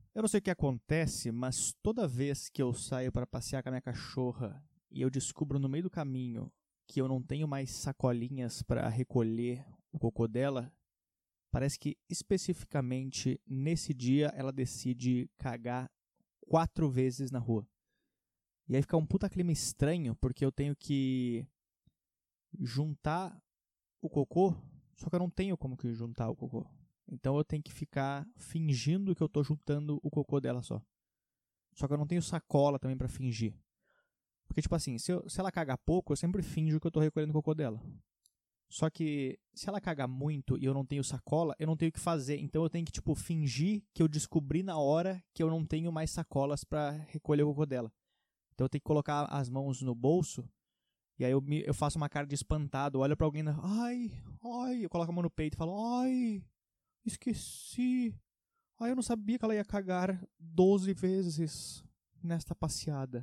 Eu não sei o que acontece, mas toda vez que eu saio para passear com a minha cachorra e eu descubro no meio do caminho que eu não tenho mais sacolinhas para recolher o cocô dela, parece que especificamente nesse dia ela decide cagar 4 vezes na rua. E aí fica um puta clima estranho, porque eu tenho que juntar o cocô, só que eu não tenho como que juntar o cocô. Então eu tenho que ficar fingindo que eu tô juntando o cocô dela só. Só que eu não tenho sacola também pra fingir. Porque, tipo assim, se ela cagar pouco, eu sempre finjo que eu tô recolhendo o cocô dela. Só que se ela cagar muito e eu não tenho sacola, eu não tenho o que fazer. Então eu tenho que, tipo, fingir que eu descobri na hora que eu não tenho mais sacolas pra recolher o cocô dela. Então eu tenho que colocar as mãos no bolso. E aí eu faço uma cara de espantado, olho pra alguém, ai, eu coloco a mão no peito e falo, ai, esqueci. Ai, eu não sabia que ela ia cagar 12 vezes nesta passeada.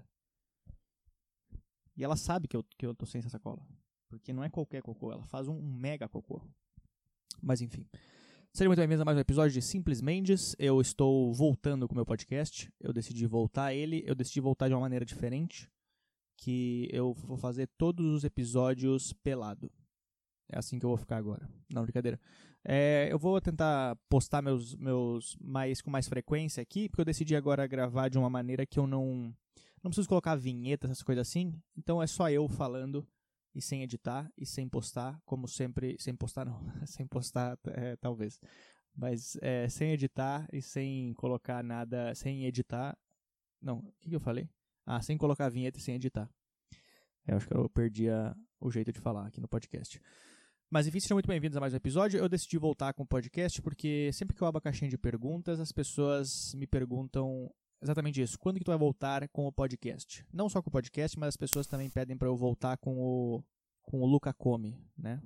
E ela sabe que eu tô sem essa sacola. Porque não é qualquer cocô, ela faz um mega cocô. Mas enfim. Sejam muito bem-vindos a mais um episódio de Simples Mendes. Eu estou voltando com o meu podcast. Eu decidi voltar a ele. Eu decidi voltar de uma maneira diferente. Que eu vou fazer todos os episódios pelado. É assim que eu vou ficar agora. Não, brincadeira. Eu vou tentar postar meus com mais frequência aqui, porque eu decidi agora gravar de uma maneira que eu não preciso colocar vinheta, essas coisas assim. Então é só eu falando e sem editar e sem postar, como sempre. Sem postar não, sem postar talvez. Mas sem editar e sem colocar nada, sem editar. Não, o que eu falei? Sem colocar vinheta e sem editar. Eu acho que eu perdi o jeito de falar aqui no podcast. Mas enfim, sejam muito bem-vindos a mais um episódio. Eu decidi voltar com o podcast porque sempre que eu abro a caixinha de perguntas, as pessoas me perguntam exatamente isso. Quando que tu vai voltar com o podcast? Não só com o podcast, mas as pessoas também pedem para eu voltar com o Luca Come, né?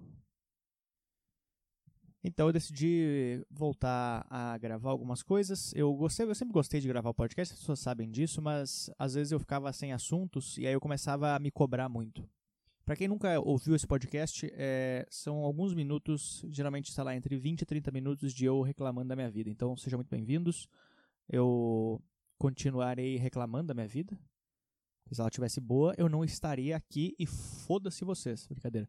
Então eu decidi voltar a gravar algumas coisas. Eu sempre gostei de gravar o podcast, as pessoas sabem disso, mas às vezes eu ficava sem assuntos e aí eu começava a me cobrar muito. Para quem nunca ouviu esse podcast, são alguns minutos, geralmente, sei lá, entre 20 e 30 minutos de eu reclamando da minha vida. Então, sejam muito bem-vindos. Eu continuarei reclamando da minha vida. Se ela tivesse boa, eu não estaria aqui e foda-se vocês. Brincadeira.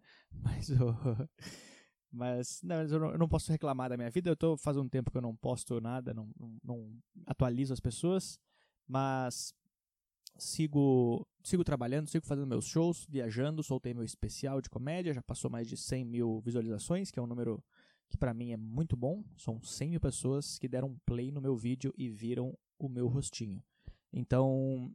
Mas eu não posso reclamar da minha vida. Eu tô fazendo um tempo que eu não posto nada, não atualizo as pessoas. Mas sigo trabalhando, sigo fazendo meus shows, viajando, soltei meu especial de comédia, já passou mais de 100 mil visualizações, que é um número que pra mim é muito bom. São 100 mil pessoas que deram play no meu vídeo e viram o meu rostinho. Então,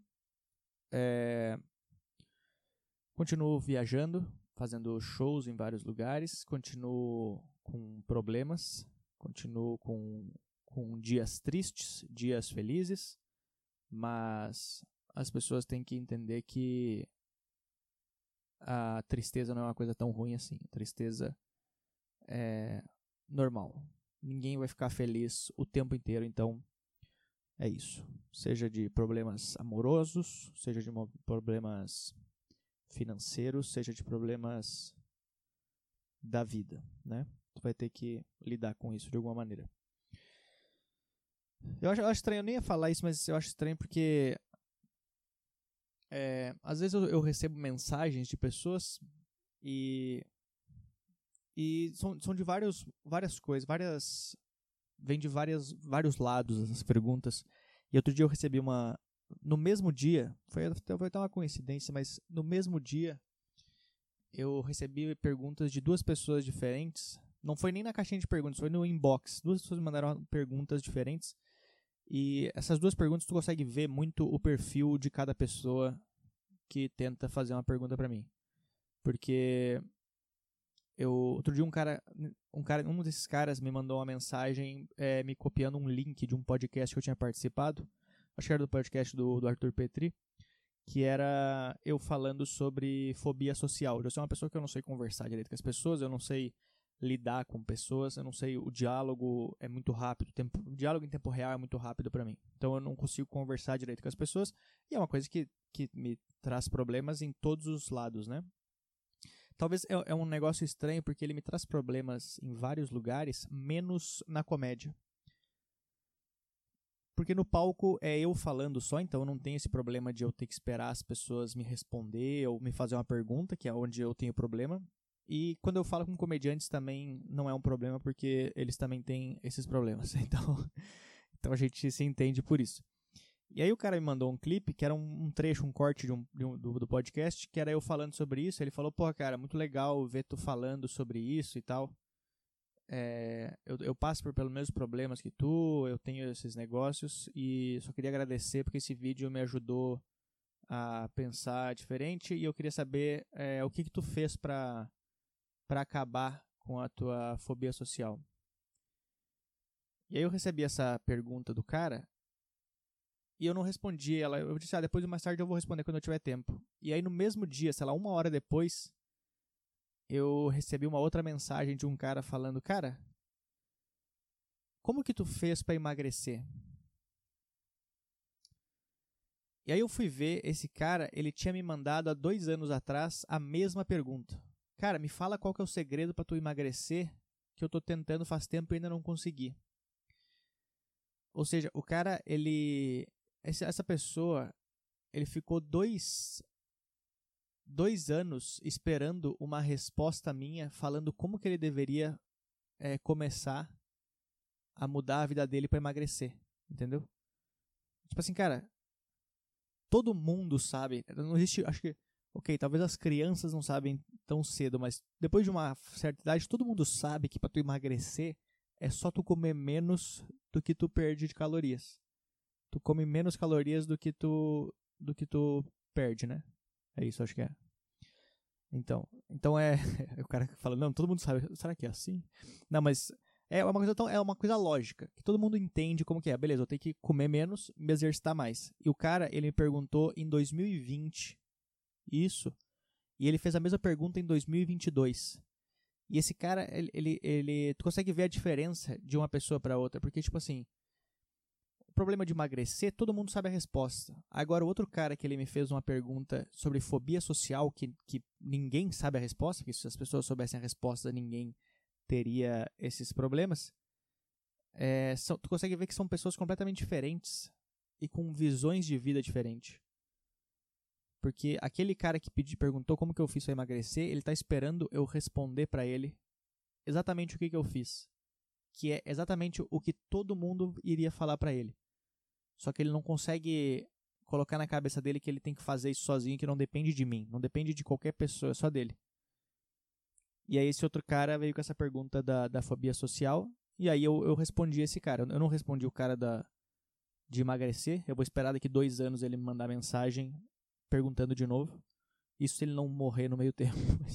continuo viajando, fazendo shows em vários lugares, continuo com problemas, continuo com dias tristes, dias felizes, mas as pessoas têm que entender que a tristeza não é uma coisa tão ruim assim. A tristeza é normal. Ninguém vai ficar feliz o tempo inteiro, então é isso. Seja de problemas amorosos, seja de problemas financeiros, seja de problemas da vida, né? Tu vai ter que lidar com isso de alguma maneira. Eu acho estranho, eu nem ia falar isso, mas eu acho estranho porque às vezes eu recebo mensagens de pessoas e são de várias coisas, vem de vários lados essas perguntas. E outro dia eu recebi no mesmo dia, foi até uma coincidência, mas no mesmo dia eu recebi perguntas de duas pessoas diferentes. Não foi nem na caixinha de perguntas, foi no inbox. Duas pessoas me mandaram perguntas diferentes. E essas duas perguntas tu consegue ver muito o perfil de cada pessoa que tenta fazer uma pergunta pra mim. Porque outro dia um desses caras me mandou uma mensagem me copiando um link de um podcast que eu tinha participado. Acho que era do podcast do Arthur Petri, que era eu falando sobre fobia social. Eu sou uma pessoa que eu não sei conversar direito com as pessoas, eu não sei lidar com pessoas, eu não sei, o diálogo é muito rápido, o diálogo em tempo real é muito rápido pra mim. Então eu não consigo conversar direito com as pessoas, e é uma coisa que me traz problemas em todos os lados, né? Talvez é um negócio estranho, porque ele me traz problemas em vários lugares, menos na comédia. Porque no palco é eu falando só, então eu não tenho esse problema de eu ter que esperar as pessoas me responder ou me fazer uma pergunta, que é onde eu tenho problema. E quando eu falo com comediantes também não é um problema, porque eles também têm esses problemas. Então a gente se entende por isso. E aí o cara me mandou um clipe, que era um trecho, um corte do podcast, que era eu falando sobre isso. Ele falou, pô, cara, muito legal ver tu falando sobre isso e tal. Eu passo pelos mesmos problemas que tu, eu tenho esses negócios e só queria agradecer porque esse vídeo me ajudou a pensar diferente e eu queria saber o que tu fez pra acabar com a tua fobia social. E aí eu recebi essa pergunta do cara e eu não respondi ela. Eu disse, depois mais tarde eu vou responder quando eu tiver tempo. E aí no mesmo dia, sei lá, 1 hora depois, eu recebi uma outra mensagem de um cara falando, cara, como que tu fez pra emagrecer? E aí eu fui ver, esse cara, ele tinha me mandado há 2 anos atrás a mesma pergunta. Cara, me fala qual que é o segredo pra tu emagrecer, que eu tô tentando faz tempo e ainda não consegui. Ou seja, o cara, essa pessoa, ele ficou 2 anos esperando uma resposta minha falando como que ele deveria começar a mudar a vida dele pra emagrecer, entendeu? Tipo assim, cara, todo mundo sabe, não existe, acho que, ok, talvez as crianças não sabem tão cedo, mas depois de uma certa idade, todo mundo sabe que pra tu emagrecer é só tu comer menos do que tu perde de calorias. Tu come menos calorias do que tu perde, né? É isso, acho que é. Então o cara fala, não, todo mundo sabe, será que é assim? Não, mas é uma coisa lógica, que todo mundo entende como que é. Beleza, eu tenho que comer menos, me exercitar mais. E o cara, ele me perguntou em 2020 isso, e ele fez a mesma pergunta em 2022. E esse cara, tu consegue ver a diferença de uma pessoa para outra, porque tipo assim, o problema de emagrecer, todo mundo sabe a resposta. Agora, o outro cara que ele me fez uma pergunta sobre fobia social, que ninguém sabe a resposta, porque se as pessoas soubessem a resposta, ninguém teria esses problemas. Tu consegue ver que são pessoas completamente diferentes e com visões de vida diferentes. Porque aquele cara que perguntou como que eu fiz para emagrecer, ele tá esperando eu responder para ele exatamente o que eu fiz. Que é exatamente o que todo mundo iria falar para ele. Só que ele não consegue colocar na cabeça dele que ele tem que fazer isso sozinho, que não depende de mim, não depende de qualquer pessoa, é só dele. E aí esse outro cara veio com essa pergunta da fobia social, e aí eu respondi esse cara. Eu não respondi o cara de emagrecer, eu vou esperar daqui 2 anos ele me mandar mensagem perguntando de novo. Isso se ele não morrer no meio tempo.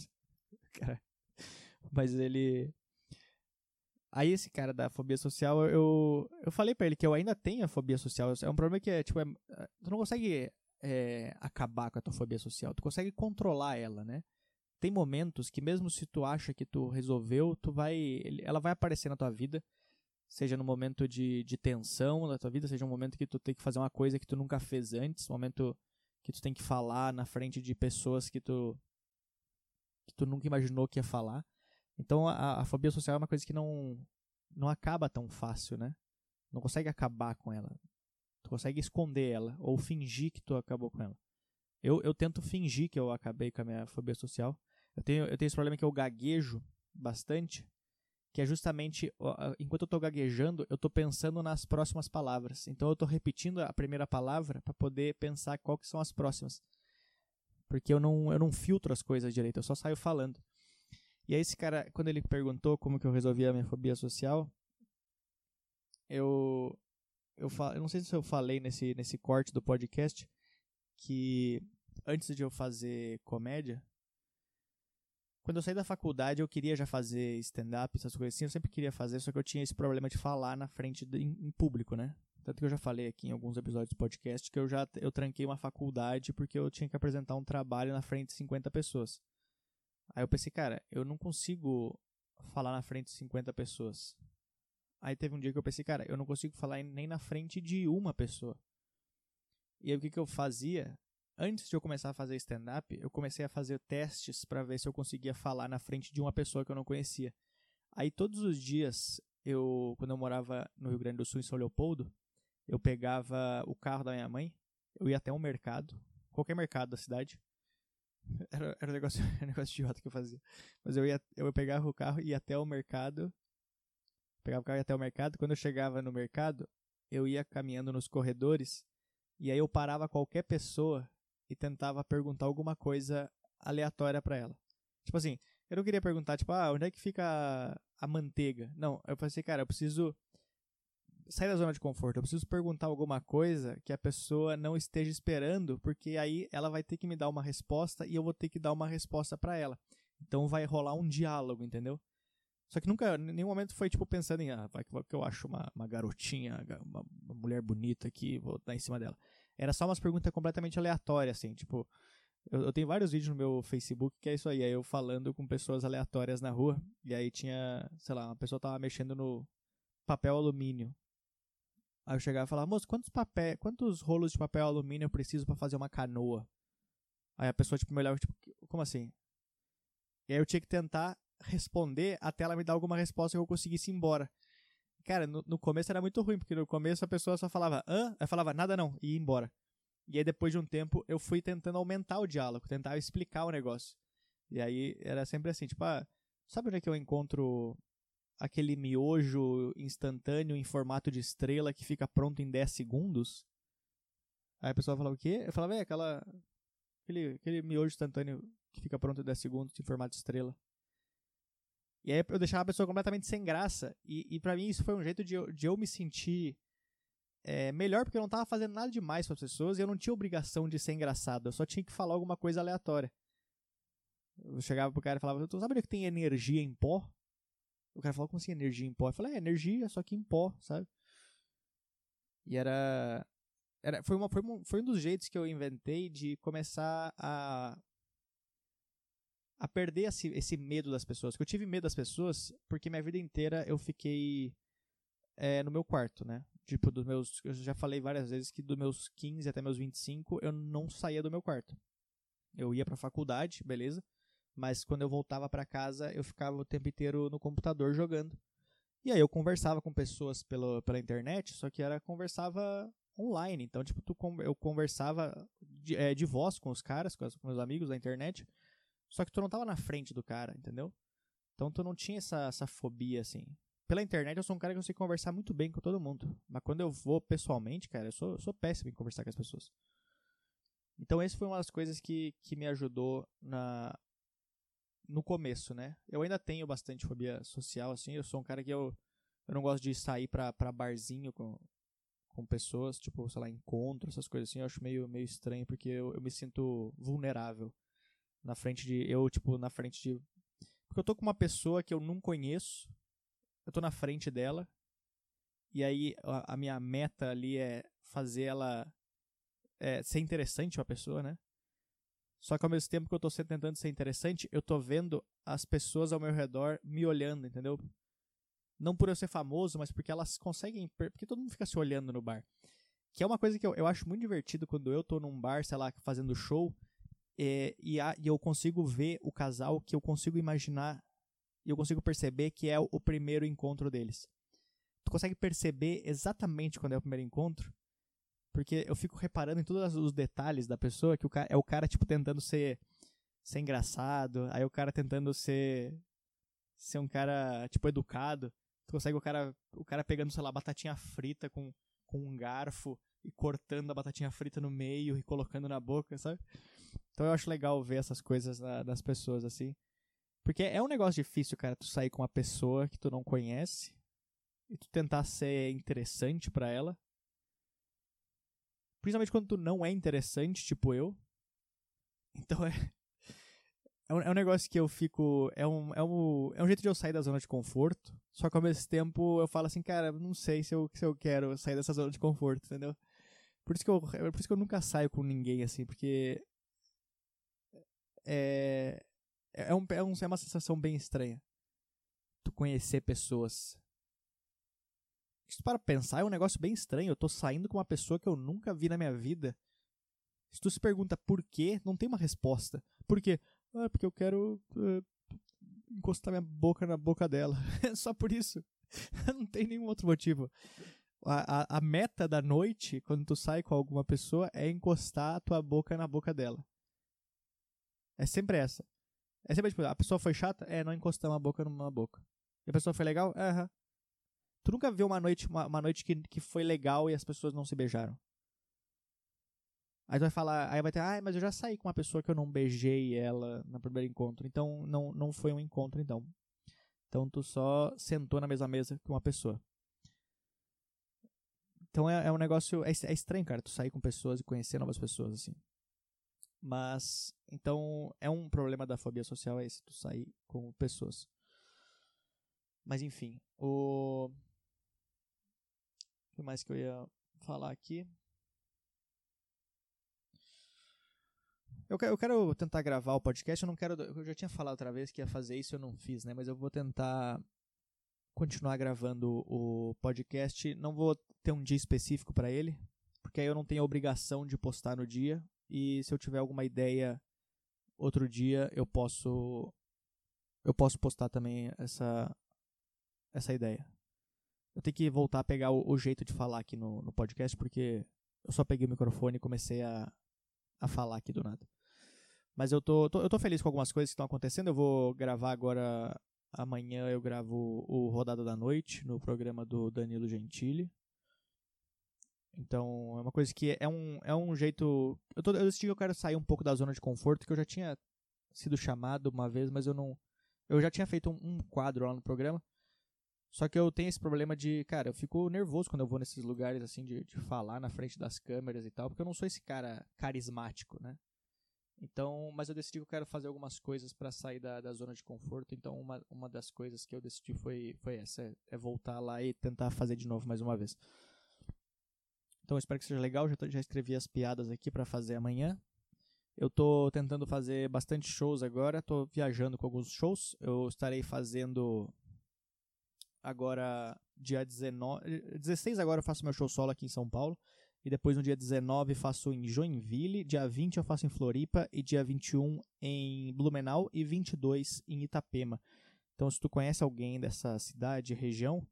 Mas ele... Aí esse cara da fobia social, eu falei pra ele que eu ainda tenho a fobia social. É um problema que tu não consegue acabar com a tua fobia social. Tu consegue controlar ela, né? Tem momentos que mesmo se tu acha que tu resolveu, ela vai aparecer na tua vida. Seja no momento de tensão na tua vida, seja um momento que tu tem que fazer uma coisa que tu nunca fez antes. Um momento que tu tem que falar na frente de pessoas que tu nunca imaginou que ia falar. Então a fobia social é uma coisa que não acaba tão fácil, né? Não consegue acabar com ela. Tu consegue esconder ela ou fingir que tu acabou com ela. Eu tento fingir que eu acabei com a minha fobia social. Eu tenho esse problema que eu gaguejo bastante, que é justamente, enquanto eu tô gaguejando, eu tô pensando nas próximas palavras. Então eu tô repetindo a primeira palavra para poder pensar qual que são as próximas. Porque eu não filtro as coisas direito, eu só saio falando. E aí esse cara, quando ele perguntou como que eu resolvia a minha fobia social, eu não sei se eu falei nesse corte do podcast, que antes de eu fazer comédia, quando eu saí da faculdade eu queria já fazer stand-up, essas coisas assim, eu sempre queria fazer, só que eu tinha esse problema de falar na frente, em público, né? Tanto que eu já falei aqui em alguns episódios do podcast que eu tranquei uma faculdade porque eu tinha que apresentar um trabalho na frente de 50 pessoas. Aí eu pensei, cara, eu não consigo falar na frente de 50 pessoas. Aí teve um dia que eu pensei, cara, eu não consigo falar nem na frente de uma pessoa. E aí o que eu fazia? Antes de eu começar a fazer stand-up, eu comecei a fazer testes para ver se eu conseguia falar na frente de uma pessoa que eu não conhecia. Aí todos os dias, quando eu morava no Rio Grande do Sul, em São Leopoldo, eu pegava o carro da minha mãe, eu ia até um mercado, qualquer mercado da cidade. Era um negócio, um negócio idiota que eu fazia. Mas eu pegava o carro e ia até o mercado. Pegava o carro e ia até o mercado. Quando eu chegava no mercado, eu ia caminhando nos corredores. E aí eu parava qualquer pessoa e tentava perguntar alguma coisa aleatória pra ela. Tipo assim, eu não queria perguntar, tipo, onde é que fica a manteiga? Não, eu pensei, cara, eu preciso sair da zona de conforto. Eu preciso perguntar alguma coisa que a pessoa não esteja esperando, porque aí ela vai ter que me dar uma resposta e eu vou ter que dar uma resposta pra ela. Então vai rolar um diálogo, entendeu? Só que nunca, em nenhum momento foi tipo pensando em, vai que eu acho uma garotinha, uma mulher bonita aqui, vou dar em cima dela. Era só umas perguntas completamente aleatórias, assim, tipo, eu tenho vários vídeos no meu Facebook que é isso aí eu falando com pessoas aleatórias na rua, e aí tinha, sei lá, uma pessoa tava mexendo no papel alumínio. Aí eu chegava e falava, moço, quantos rolos de papel alumínio eu preciso pra fazer uma canoa? Aí a pessoa, tipo, me olhava, tipo, como assim? E aí eu tinha que tentar responder até ela me dar alguma resposta que eu conseguisse ir embora. Cara, no começo era muito ruim, porque no começo a pessoa só falava, hã? Aí falava, nada não, e ia embora. E aí depois de um tempo eu fui tentando aumentar o diálogo, tentar explicar o negócio. E aí era sempre assim, tipo, sabe onde é que eu encontro aquele miojo instantâneo em formato de estrela que fica pronto em 10 segundos? Aí a pessoa falava, o quê? Eu falava, aquele miojo instantâneo que fica pronto em 10 segundos em formato de estrela. E aí eu deixava a pessoa completamente sem graça. E pra mim isso foi um jeito de eu me sentir melhor, porque eu não tava fazendo nada demais para as pessoas e eu não tinha obrigação de ser engraçado. Eu só tinha que falar alguma coisa aleatória. Eu chegava pro cara e falava, tu sabe onde é que tem energia em pó? O cara falou, como assim energia em pó? Eu falei, energia, só que em pó, sabe? E foi um dos jeitos que eu inventei de começar a perder esse medo das pessoas. Que eu tive medo das pessoas porque minha vida inteira eu fiquei no meu quarto, né? Tipo, eu já falei várias vezes que dos meus 15 até meus 25 eu não saía do meu quarto. Eu ia pra faculdade, beleza? Mas quando eu voltava pra casa, eu ficava o tempo inteiro no computador jogando. E aí eu conversava com pessoas pela internet, só que conversava online. Então, tipo, eu conversava de voz com os caras, com meus amigos da internet, só que tu não tava na frente do cara, entendeu? Então tu não tinha essa fobia, assim. Pela internet eu sou um cara que eu sei conversar muito bem com todo mundo. Mas quando eu vou pessoalmente, cara, eu sou péssimo em conversar com as pessoas. Então esse foi uma das coisas que me ajudou no começo, né? Eu ainda tenho bastante fobia social, assim. Eu sou um cara que eu não gosto de sair pra barzinho com pessoas, tipo, sei lá, encontro, essas coisas assim. Eu acho meio estranho, porque eu me sinto vulnerável na frente de... Porque eu tô com uma pessoa que eu não conheço, eu tô na frente dela, e aí a minha meta ali é fazer ela ser interessante pra pessoa, né? Só que ao mesmo tempo que eu tô tentando ser interessante, eu tô vendo as pessoas ao meu redor me olhando, entendeu? Não por eu ser famoso, mas porque elas conseguem... Porque todo mundo fica se olhando no bar. Que é uma coisa que eu acho muito divertido quando eu tô num bar, sei lá, fazendo show, e eu consigo ver o casal que eu consigo imaginar e eu consigo perceber que é o primeiro encontro deles. Tu consegue perceber exatamente quando é o primeiro encontro, porque eu fico reparando em todos os detalhes da pessoa, que é o cara, tipo, tentando ser engraçado, aí o cara tentando ser um cara, tipo, educado. Tu consegue o cara pegando, sei lá, batatinha frita com um garfo e cortando a batatinha frita no meio e colocando na boca, sabe? Então eu acho legal ver essas coisas das pessoas, assim. Porque é um negócio difícil, cara, tu sair com uma pessoa que tu não conhece e tu tentar ser interessante pra ela. Principalmente quando tu não é interessante, tipo eu. Então é um negócio que eu fico... É um jeito de eu sair da zona de conforto. Só que ao mesmo tempo eu falo assim, cara, não sei se eu quero sair dessa zona de conforto, entendeu? Por isso que eu nunca saio com ninguém, assim, porque... É uma sensação bem estranha. Tu conhecer pessoas. Se para pensar, é um negócio bem estranho. Eu tô saindo com uma pessoa que eu nunca vi na minha vida. Se tu se pergunta por quê, não tem uma resposta. Por quê? Porque eu quero encostar minha boca na boca dela. Só por isso. Não tem nenhum outro motivo. A meta da noite, quando tu sai com alguma pessoa, é encostar a tua boca na boca dela. É sempre essa. É sempre tipo, a pessoa foi chata? Não encostamos a boca numa boca. E a pessoa foi legal? Aham. Tu nunca viu uma noite que foi legal e as pessoas não se beijaram? Aí tu vai falar, aí vai ter, mas eu já saí com uma pessoa que eu não beijei ela no primeiro encontro, então não foi um encontro então. Então tu só sentou na mesma mesa que uma pessoa. Então é um negócio, é estranho, cara, tu sair com pessoas e conhecer novas pessoas, assim. Mas, então, é um problema da fobia social, é esse, tu sair com pessoas. Mas enfim, o que mais que eu ia falar aqui? Eu quero tentar gravar o podcast, eu já tinha falado outra vez que ia fazer isso, eu não fiz, né? Mas eu vou tentar continuar gravando o podcast. Não vou ter um dia específico para ele, porque aí eu não tenho a obrigação de postar no dia. E se eu tiver alguma ideia outro dia, eu posso postar também essa ideia. Eu tenho que voltar a pegar o jeito de falar aqui no podcast, porque eu só peguei o microfone e comecei a falar aqui do nada. Mas eu tô feliz com algumas coisas que estão acontecendo. Eu vou gravar agora. Amanhã eu gravo o Rodada da Noite no programa do Danilo Gentili. Então é uma coisa que é um jeito. Eu decidi que eu quero sair um pouco da zona de conforto, que eu já tinha sido chamado uma vez, mas eu já tinha feito um quadro lá no programa. Só que eu tenho esse problema de, cara, eu fico nervoso quando eu vou nesses lugares assim de falar na frente das câmeras e tal, porque eu não sou esse cara carismático, né? Então, mas eu decidi que eu quero fazer algumas coisas para sair da zona de conforto. Então, uma das coisas que eu decidi foi essa, é voltar lá e tentar fazer de novo mais uma vez. Então, eu espero que seja legal. Já escrevi as piadas aqui para fazer amanhã. Eu tô tentando fazer bastante shows agora. Tô viajando com alguns shows. Eu estarei fazendo agora dia 16 agora eu faço meu show solo aqui em São Paulo. E depois no dia 19 faço em Joinville, dia 20 eu faço em Floripa e dia 21 em Blumenau e 22 em Itapema. Então se tu conhece alguém dessa cidade, região,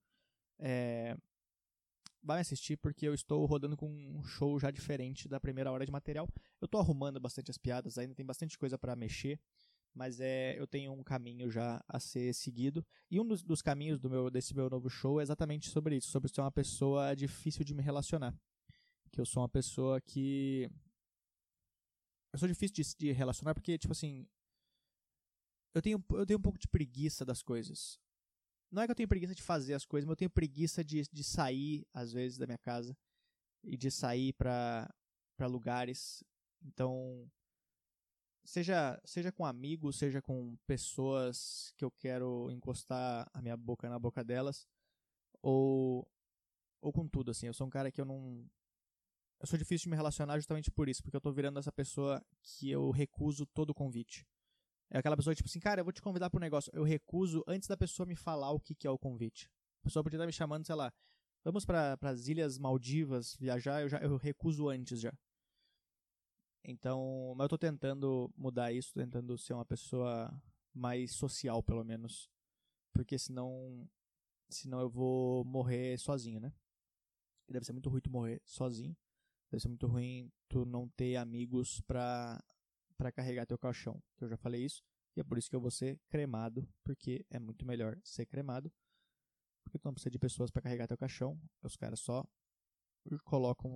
vai assistir porque eu estou rodando com um show já diferente da primeira hora de material. Eu estou arrumando bastante as piadas, ainda tem bastante coisa para mexer, mas eu tenho um caminho já a ser seguido. E um dos caminhos desse meu novo show é exatamente sobre isso, sobre ser uma pessoa difícil de me relacionar. Que eu sou uma pessoa que... Eu sou difícil de relacionar porque, tipo assim... Eu tenho um pouco de preguiça das coisas. Não é que eu tenho preguiça de fazer as coisas, mas eu tenho preguiça de sair, às vezes, da minha casa. E de sair pra lugares. Então... Seja com amigos, seja com pessoas que eu quero encostar a minha boca na boca delas. Ou com tudo, assim. Eu sou um cara que eu não... Eu sou difícil de me relacionar justamente por isso, porque eu tô virando essa pessoa que eu recuso todo convite. É aquela pessoa tipo assim, cara, eu vou te convidar pro negócio. Eu recuso antes da pessoa me falar o que é o convite. A pessoa podia estar me chamando, sei lá, vamos para as Ilhas Maldivas viajar, eu recuso antes já. Então, mas eu tô tentando mudar isso, tentando ser uma pessoa mais social, pelo menos. Porque senão eu vou morrer sozinho, né? E deve ser muito ruim tu morrer sozinho. Deve ser muito ruim tu não ter amigos pra carregar teu caixão. Eu já falei isso. E é por isso que eu vou ser cremado. Porque é muito melhor ser cremado. Porque tu não precisa de pessoas pra carregar teu caixão. Os caras só colocam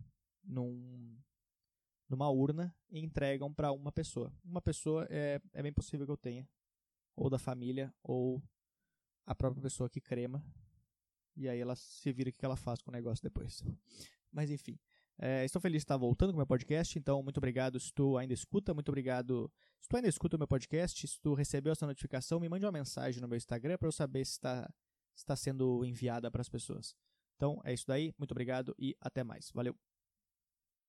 numa urna e entregam pra uma pessoa. Uma pessoa é bem possível que eu tenha. Ou da família, ou a própria pessoa que crema. E aí ela se vira o que ela faz com o negócio depois. Mas enfim. Estou feliz de estar voltando com o meu podcast, então muito obrigado se tu ainda escuta, muito obrigado se tu ainda escuta o meu podcast, se tu recebeu essa notificação, me mande uma mensagem no meu Instagram para eu saber se está sendo enviada para as pessoas. Então é isso daí, muito obrigado e até mais. Valeu!